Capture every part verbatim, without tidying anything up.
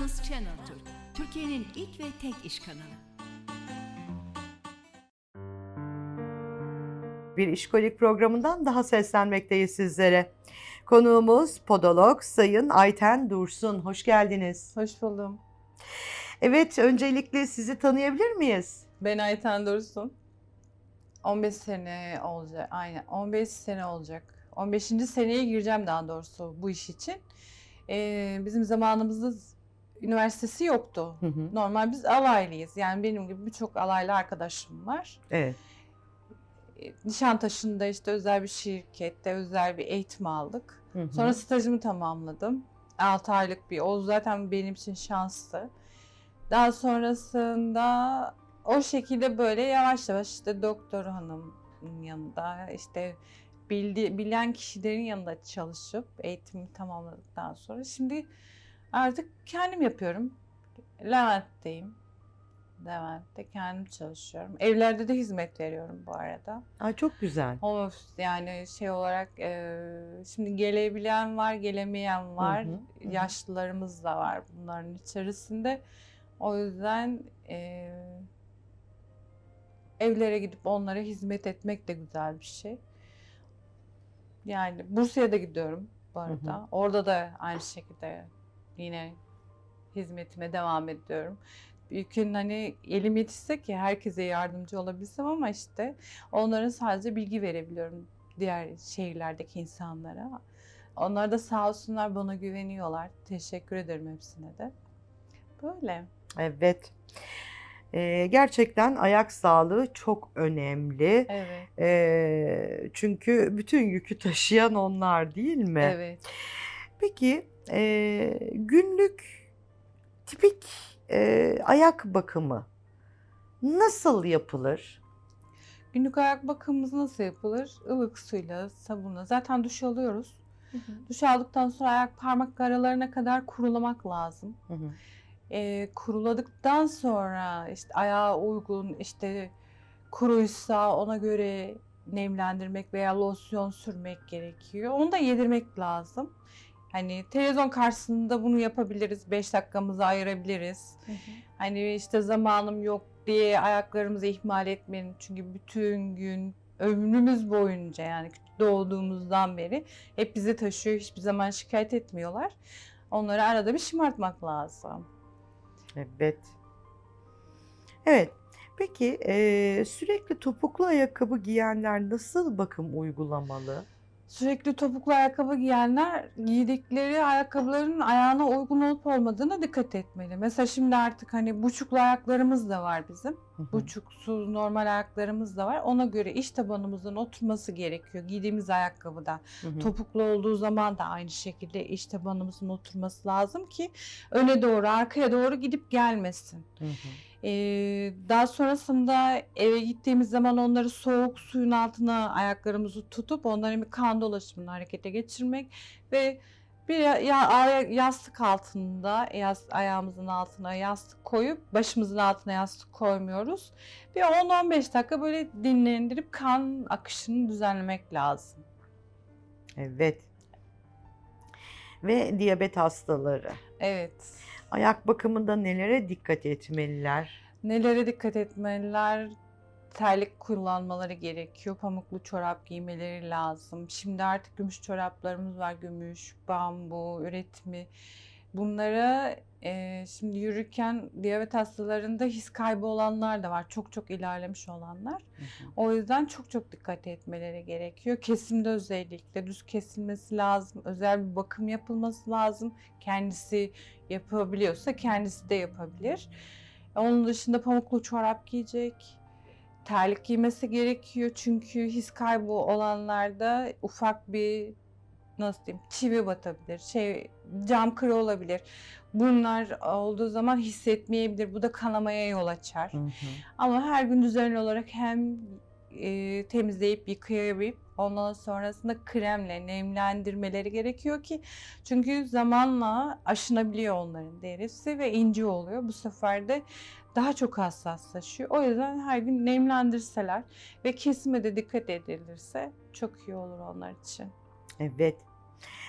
Business Channel Türk, Türkiye'nin ilk ve tek iş kanalı. Bir İşkolik programından daha seslenmekteyiz sizlere. Konuğumuz podolog Sayın Ayten Dursun. Hoş geldiniz. Hoş buldum. Evet, öncelikle sizi tanıyabilir miyiz? Ben Ayten Dursun. on beş sene olacak. Aynen on beş sene olacak. on beşinci seneye gireceğim daha doğrusu bu iş için. Ee, bizim zamanımızda üniversitesi yoktu. Hı hı. Normal biz alaylıyız. Yani benim gibi birçok alaylı arkadaşım var. Evet. Ee, Nişantaşı'nda işte özel bir şirkette özel bir eğitim aldık. Hı hı. Sonra stajımı tamamladım. altı aylık bir. O zaten benim için şanstı. Daha sonrasında o şekilde böyle yavaş yavaş işte doktor hanımın yanında işte bildi, bilen kişilerin yanında çalışıp eğitimi tamamladıktan sonra şimdi artık kendim yapıyorum. Levent'teyim. Levent'te kendim çalışıyorum. Evlerde de hizmet veriyorum bu arada. Aa, çok güzel. Home office yani şey olarak e, şimdi gelebilen var, gelemeyen var. Hı hı, hı. Yaşlılarımız da var bunların içerisinde. O yüzden e, evlere gidip onlara hizmet etmek de güzel bir şey. Yani Bursa'ya da gidiyorum bu arada. Hı hı. Orada da aynı şekilde yine hizmetime devam ediyorum. Bir gün hani elim yetişse ki herkese yardımcı olabilsem ama işte onlara sadece bilgi verebiliyorum diğer şehirlerdeki insanlara. Onlar da sağ olsunlar bana güveniyorlar. Teşekkür ederim hepsine de. Böyle. Evet. Ee, gerçekten ayak sağlığı çok önemli. Evet. Ee, çünkü bütün yükü taşıyan onlar, değil mi? Evet. Peki e, günlük tipik e, ayak bakımı nasıl yapılır? Günlük ayak bakımımız nasıl yapılır? Ilık suyla, sabunla. Zaten duş alıyoruz. Hı hı. Duş aldıktan sonra ayak parmak aralarına kadar kurulamak lazım. Hı hı. Ee, kuruladıktan sonra işte ayağa uygun işte kuruysa ona göre nemlendirmek veya losyon sürmek gerekiyor. Onu da yedirmek lazım. Hani televizyon karşısında bunu yapabiliriz. beş dakikamızı ayırabiliriz. Hı hı. Hani işte zamanım yok diye ayaklarımızı ihmal etmeyin. Çünkü bütün gün ömrümüz boyunca yani doğduğumuzdan beri hep bizi taşıyor. Hiçbir zaman şikayet etmiyorlar. Onları arada bir şımartmak lazım. Evet. Evet. Peki e, sürekli topuklu ayakkabı giyenler nasıl bakım uygulamalı? Sürekli topuklu ayakkabı giyenler giydikleri ayakkabıların ayağına uygun olup olmadığına dikkat etmeli. Mesela şimdi artık hani buçuklu ayaklarımız da var bizim. Hı hı. Buçuksuz normal ayaklarımız da var. Ona göre iç tabanımızın oturması gerekiyor giydiğimiz ayakkabıda. Hı hı. Topuklu olduğu zaman da aynı şekilde iç tabanımızın oturması lazım ki öne doğru arkaya doğru gidip gelmesin. Hı hı. Ee, daha sonrasında eve gittiğimiz zaman onları soğuk suyun altına ayaklarımızı tutup onların bir kan dolaşımını harekete geçirmek ve bir ya, ya- yastık altında yas, ayağımızın altına yastık koyup başımızın altına yastık koymuyoruz. Bir on on beş dakika böyle dinlendirip kan akışını düzenlemek lazım. Evet. Ve diyabet hastaları. Evet. Ayak bakımında nelere dikkat etmeliler? Nelere dikkat etmeliler? Terlik kullanmaları gerekiyor. Pamuklu çorap giymeleri lazım. Şimdi artık gümüş çoraplarımız var. Gümüş, bambu üretimi. Bunlara e, şimdi yürürken diyabet hastalarında his kaybı olanlar da var. Çok çok ilerlemiş olanlar. Hı hı. O yüzden çok çok dikkat etmeleri gerekiyor. Kesimde özellikle düz kesilmesi lazım. Özel bir bakım yapılması lazım. Kendisi yapabiliyorsa kendisi de yapabilir. Onun dışında pamuklu çorap giyecek. Terlik giymesi gerekiyor çünkü his kaybı olanlarda ufak bir nasıl diyeyim çivi batabilir, şey cam kırı olabilir. Bunlar olduğu zaman hissetmeyebilir. Bu da kanamaya yol açar. Hı hı. Ama her gün düzenli olarak hem e, temizleyip yıkayıp ondan sonrasında kremle nemlendirmeleri gerekiyor ki çünkü zamanla aşınabiliyor onların derisi ve ince oluyor. Bu sefer de daha çok hassaslaşıyor. O yüzden her gün nemlendirseler ve kesime de dikkat edilirse çok iyi olur onlar için. Evet.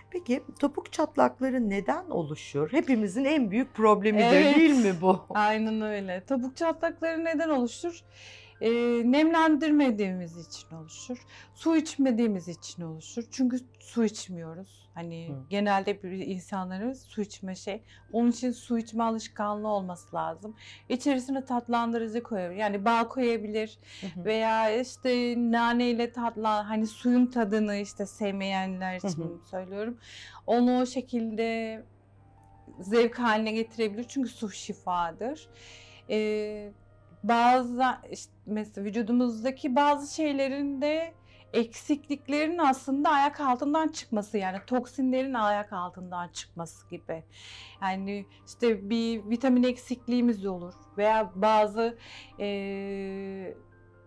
Peki topuk çatlakları neden oluşur? Hepimizin en büyük problemidir Evet. değil mi bu? Aynen öyle. Topuk çatlakları neden oluşur? Ee, nemlendirmediğimiz için oluşur. Su içmediğimiz için oluşur. Çünkü su içmiyoruz. Hani Hı. genelde bir insanlarımız su içme şey. Onun için su içme alışkanlığı olması lazım. İçerisine tatlandırıcı koyabilir. Yani bal koyabilir Hı hı. veya işte nane ile tatlan hani suyun tadını işte sevmeyenler Hı için hı. söylüyorum. Onu o şekilde zevk haline getirebilir. Çünkü su şifadır. Ee, bazı işte mesela vücudumuzdaki bazı şeylerin de eksikliklerin aslında ayak altından çıkması, yani toksinlerin ayak altından çıkması gibi. Yani işte bir vitamin eksikliğimiz olur veya bazı eee,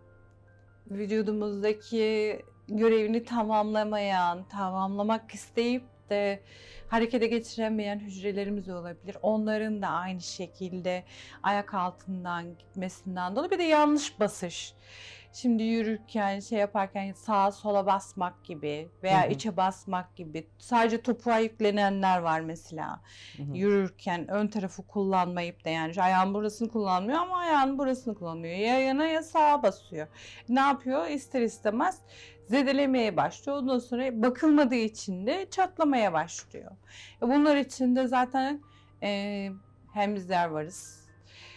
vücudumuzdaki görevini tamamlamayan, tamamlamak isteyip de harekete geçiremeyen hücrelerimiz olabilir. Onların da aynı şekilde ayak altından gitmesinden dolayı, bir de yanlış basış. Şimdi yürürken, şey yaparken sağa sola basmak gibi veya Hı hı. içe basmak gibi, sadece topuğa yüklenenler var mesela. Hı hı. Yürürken ön tarafı kullanmayıp da, yani ayağın burasını kullanmıyor ama ayağın burasını kullanıyor. Ya yana ya sağa basıyor. Ne yapıyor? İster istemez zedelemeye başlıyor. Ondan sonra bakılmadığı için de çatlamaya başlıyor. E Bunlar için de zaten e, hem bizler varız.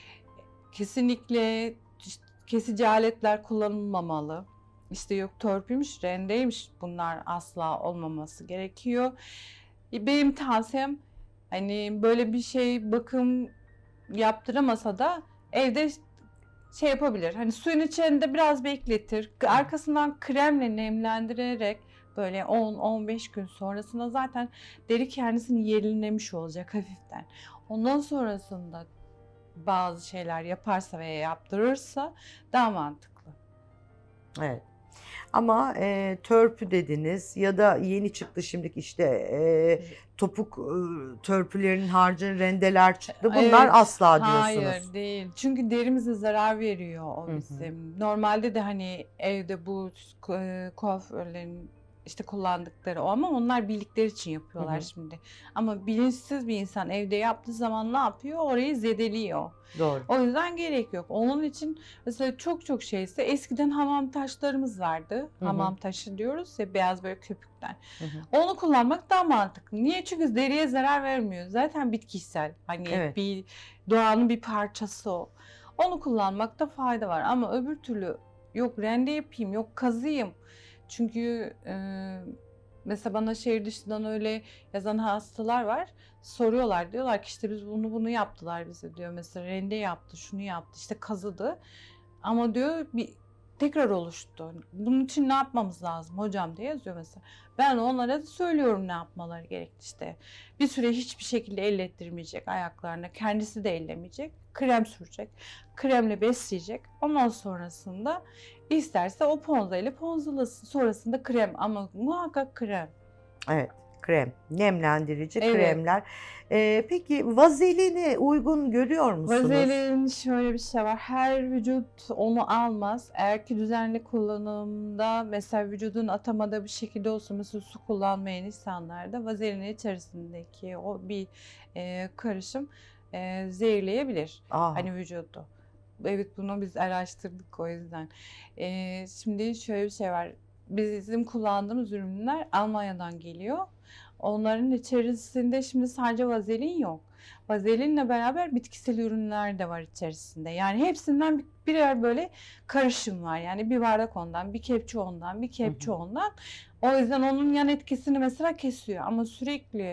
Kesinlikle işte kesici aletler kullanılmamalı. İşte yok törpüymüş, rendeymiş, bunlar asla olmaması gerekiyor. E, Benim tavsiyem, hani böyle bir şey bakım yaptıramasa da evde şey yapabilir. Hani suyun içinde biraz bekletir. Arkasından kremle nemlendirerek böyle on on beş gün sonrasında zaten deri kendisini yenilemiş olacak hafiften. Ondan sonrasında bazı şeyler yaparsa veya yaptırırsa daha mantıklı. Evet. Ama e, törpü dediniz ya da yeni çıktı şimdiki işte e, topuk e, törpülerin haricinde rendeler çıktı. Bunlar Evet, asla hayır diyorsunuz. değil. Çünkü derimize zarar veriyor o Hı hı. bizim. Normalde de hani evde bu e, kuaförlerin işte kullandıkları o, ama onlar bildikleri için yapıyorlar Hı hı. şimdi. Ama bilinçsiz bir insan evde yaptığı zaman ne yapıyor? Orayı zedeliyor. Doğru. O yüzden gerek yok. Onun için mesela çok çok şeyse, eskiden hamam taşlarımız vardı. Hı hı. Hamam taşı diyoruz ya, beyaz böyle köpükten. Hı hı. Onu kullanmak daha mantıklı. Niye? Çünkü deriye zarar vermiyor. Zaten bitkisel. Hani Evet. bir doğanın bir parçası o. Onu kullanmakta fayda var. Ama öbür türlü yok rende yapayım, yok kazıyım. Çünkü e, mesela bana şehir dışından öyle yazan hastalar var. Soruyorlar, diyorlar ki işte biz bunu bunu yaptılar bize, diyor. Mesela rende yaptı, şunu yaptı, işte kazıdı. Ama diyor bir tekrar oluştu. Bunun için ne yapmamız lazım hocam diye yazıyor mesela. Ben onlara da söylüyorum ne yapmaları gerekti işte. Bir süre hiçbir şekilde ellettirmeyecek ayaklarına. Kendisi de ellemeyecek. Krem sürecek. Kremle besleyecek. Ondan sonrasında isterse o ponza ile ponzalasın. Sonrasında krem, ama muhakkak krem. Evet. Krem. Nemlendirici Evet. kremler. E, peki vazelini uygun görüyor musunuz? Vazelin şöyle bir şey var. Her vücut onu almaz. Eğer ki düzenli kullanımda, mesela vücudun atamadığı bir şekilde olsa, mesela su kullanmayan insanlarda vazelin içerisindeki o bir e, karışım e, zehirleyebilir Aa. hani vücudu. Evet, bunu biz araştırdık o yüzden. E, şimdi şöyle bir şey var. Bizim kullandığımız ürünler Almanya'dan geliyor. Onların içerisinde şimdi sadece vazelin yok. Vazelinle beraber bitkisel ürünler de var içerisinde. Yani hepsinden birer böyle karışım var. Yani bir bardak ondan, bir kepçe ondan, bir kepçe ondan. O yüzden onun yan etkisini mesela kesiyor. Ama sürekli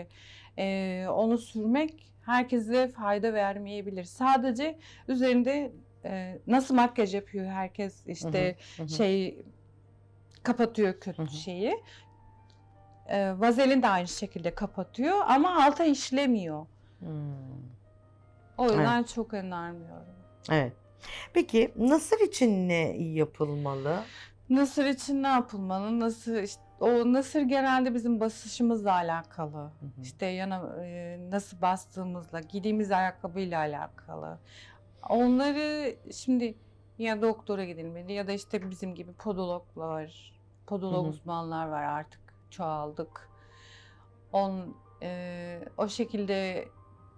e, onu sürmek herkese fayda vermeyebilir. Sadece üzerinde e, nasıl makyaj yapıyor herkes, işte Hı hı. şey kapatıyor kötü Hı hı. şeyi. E, vazelin de aynı şekilde kapatıyor ama alta işlemiyor. Hmm. O yüzden Evet. çok önermiyorum. Evet. Peki nasır için ne yapılmalı? Nasır için ne yapılmalı? Nasır işte, o nasır genelde bizim basışımızla alakalı. Hı hı. İşte yana e, nasıl bastığımızla, giydiğimiz ayakkabıyla alakalı. Onları şimdi ya doktora gidilmeli ya da işte bizim gibi podologlar, Hı podolog hı. uzmanlar var, artık çoğaldık. On, e, o şekilde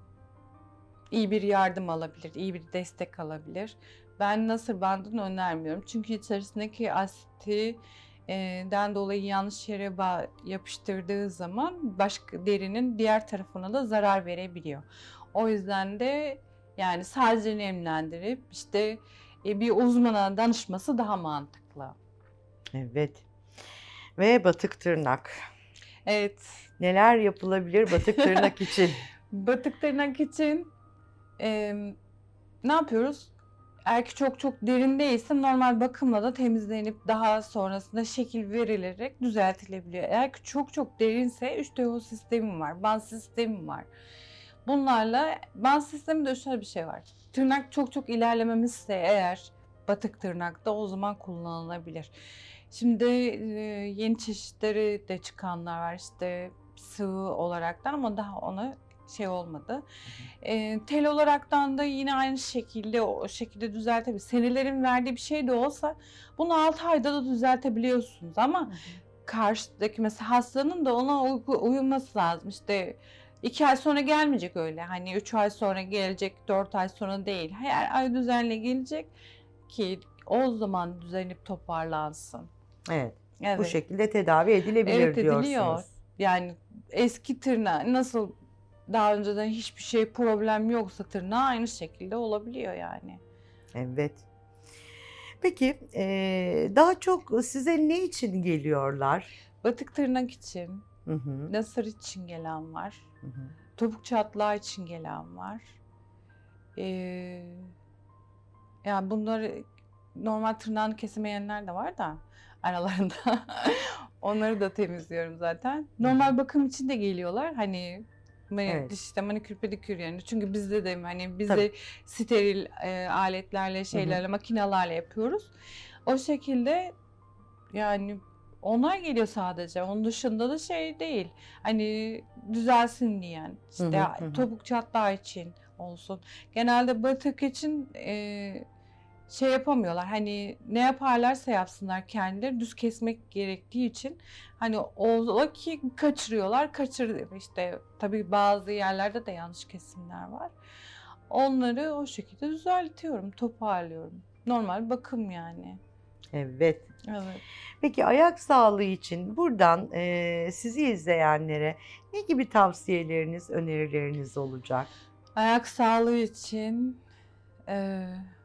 iyi bir yardım alabilir, iyi bir destek alabilir. Ben nasır bandını önermiyorum. Çünkü içerisindeki asiti e, den dolayı yanlış yere ba- yapıştırdığı zaman başka derinin diğer tarafına da zarar verebiliyor. O yüzden de yani sadece nemlendirip işte e, bir uzmana danışması daha mantıklı. Evet. Ve batık tırnak. Evet. Neler yapılabilir batık tırnak için? Batık tırnak için e, ne yapıyoruz? Eğer ki çok çok derin değilse normal bakımla da temizlenip daha sonrasında şekil verilerek düzeltilebiliyor. Eğer ki çok çok derinse üç D O sistemim var, band sistemim var. Bunlarla band sisteminde şöyle bir şey var. Tırnak çok çok ilerlememişse eğer batık tırnakta o zaman kullanılabilir. Şimdi e, yeni çeşitleri de çıkanlar var işte sıvı olaraktan ama daha ona şey olmadı. E, tel olaraktan da yine aynı şekilde o şekilde düzeltebilir. Senelerin verdiği bir şey de olsa bunu altı ayda da düzeltebiliyorsunuz ama hı hı. Karşıdaki mesela hastanın da ona uygu, uyuması lazım. İşte iki ay sonra gelmeyecek öyle. Hani üç ay sonra gelecek, dört ay sonra değil. Her ay düzenle gelecek ki o zaman düzenip toparlansın. Evet. Evet. Bu şekilde tedavi edilebilir evet, diyorsunuz. ediliyor. Yani eski tırnağı nasıl daha önceden hiçbir şey problem yoksa tırnağı aynı şekilde olabiliyor yani. Evet. Peki e, daha çok size ne için geliyorlar? Batık tırnak için, Hı hı. nasır için gelen var, Hı hı. topuk çatlağı için gelen var. Ee, yani bunları normal tırnağını kesemeyenler de var da aralarında. Onları da temizliyorum zaten. Normal bakım için de geliyorlar. Hani Evet. işte manikür pedikür yani. Çünkü bizde de hani biz Tabii. de steril e, aletlerle, şeylerle, makinelerle yapıyoruz. O şekilde yani onlar geliyor sadece. Onun dışında da şey değil. Hani düzelsin diyen. İşte Hı hı, hı. topuk çatlağı için olsun. Genelde batık için e, şey yapamıyorlar. Hani ne yaparlarsa yapsınlar kendileri düz kesmek gerektiği için hani o ki kaçırıyorlar. Kaçır işte tabii bazı yerlerde de yanlış kesimler var. Onları o şekilde düzeltiyorum, toparlıyorum. Normal bakım yani. Evet. Evet. Peki ayak sağlığı için buradan e, sizi izleyenlere ne gibi tavsiyeleriniz, önerileriniz olacak? Ayak sağlığı için e,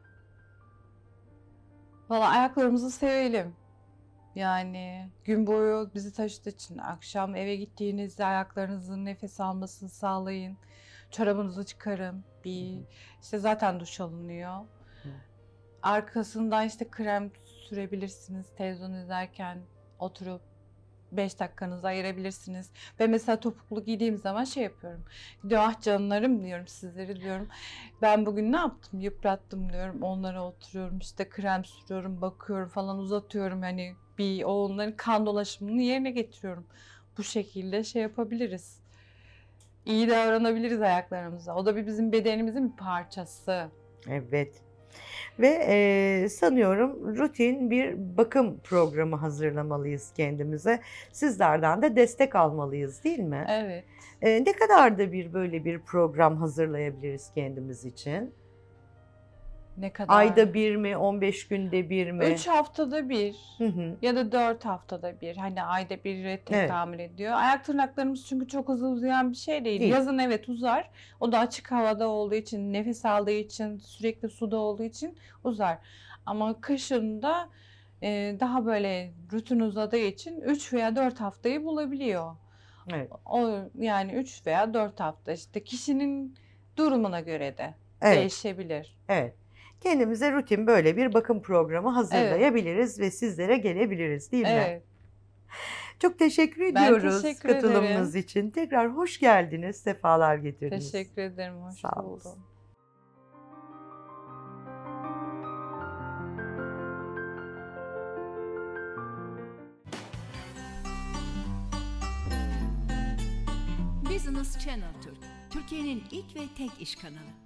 valla ayaklarımızı sevelim. Yani gün boyu bizi taşıdığı için akşam eve gittiğinizde ayaklarınızın nefes almasını sağlayın. Çorabınızı çıkarın. Bir işte zaten duş alınıyor. Hı. Arkasından işte krem sürebilirsiniz. Televizyon izlerken oturup beş dakikanızı ayırabilirsiniz. Ve mesela topuklu giydiğim zaman şey yapıyorum. Diyor ah canlarım diyorum sizleri diyorum. Ben bugün ne yaptım? Yıprattım diyorum. Onlara oturuyorum işte krem sürüyorum, bakıyorum falan uzatıyorum. Hani bir onların kan dolaşımını yerine getiriyorum. Bu şekilde şey yapabiliriz. İyi davranabiliriz ayaklarımıza. O da bir bizim bedenimizin bir parçası. Evet. Ve e, sanıyorum rutin bir bakım programı hazırlamalıyız kendimize. Sizlerden de destek almalıyız, değil mi? Evet. E, ne kadar da bir böyle bir program hazırlayabiliriz kendimiz için? Ne kadar? Ayda bir mi, on beş günde bir mi? Üç haftada bir Hı hı. ya da dört haftada bir. Hani ayda bir tekamül Evet. ediyor. Ayak tırnaklarımız çünkü çok hızlı uzayan bir şey değil. Değil. Yazın evet uzar. O da açık havada olduğu için, nefes aldığı için, sürekli suda olduğu için uzar. Ama kışın da e, daha böyle rutin uzadığı için üç veya dört haftayı bulabiliyor. Evet. O yani üç veya dört hafta işte kişinin durumuna göre de Evet. değişebilir. Evet. Kendimize rutin böyle bir bakım programı hazırlayabiliriz ve sizlere gelebiliriz, değil mi? Evet. Çok teşekkür Ben ediyoruz teşekkür katılımınız ederim. için. Tekrar hoş geldiniz, sefalar getirdiniz. Teşekkür ederim. Hoş Sağ olun. buldum. Business Channel Türk, Türkiye'nin ilk ve tek iş kanalı.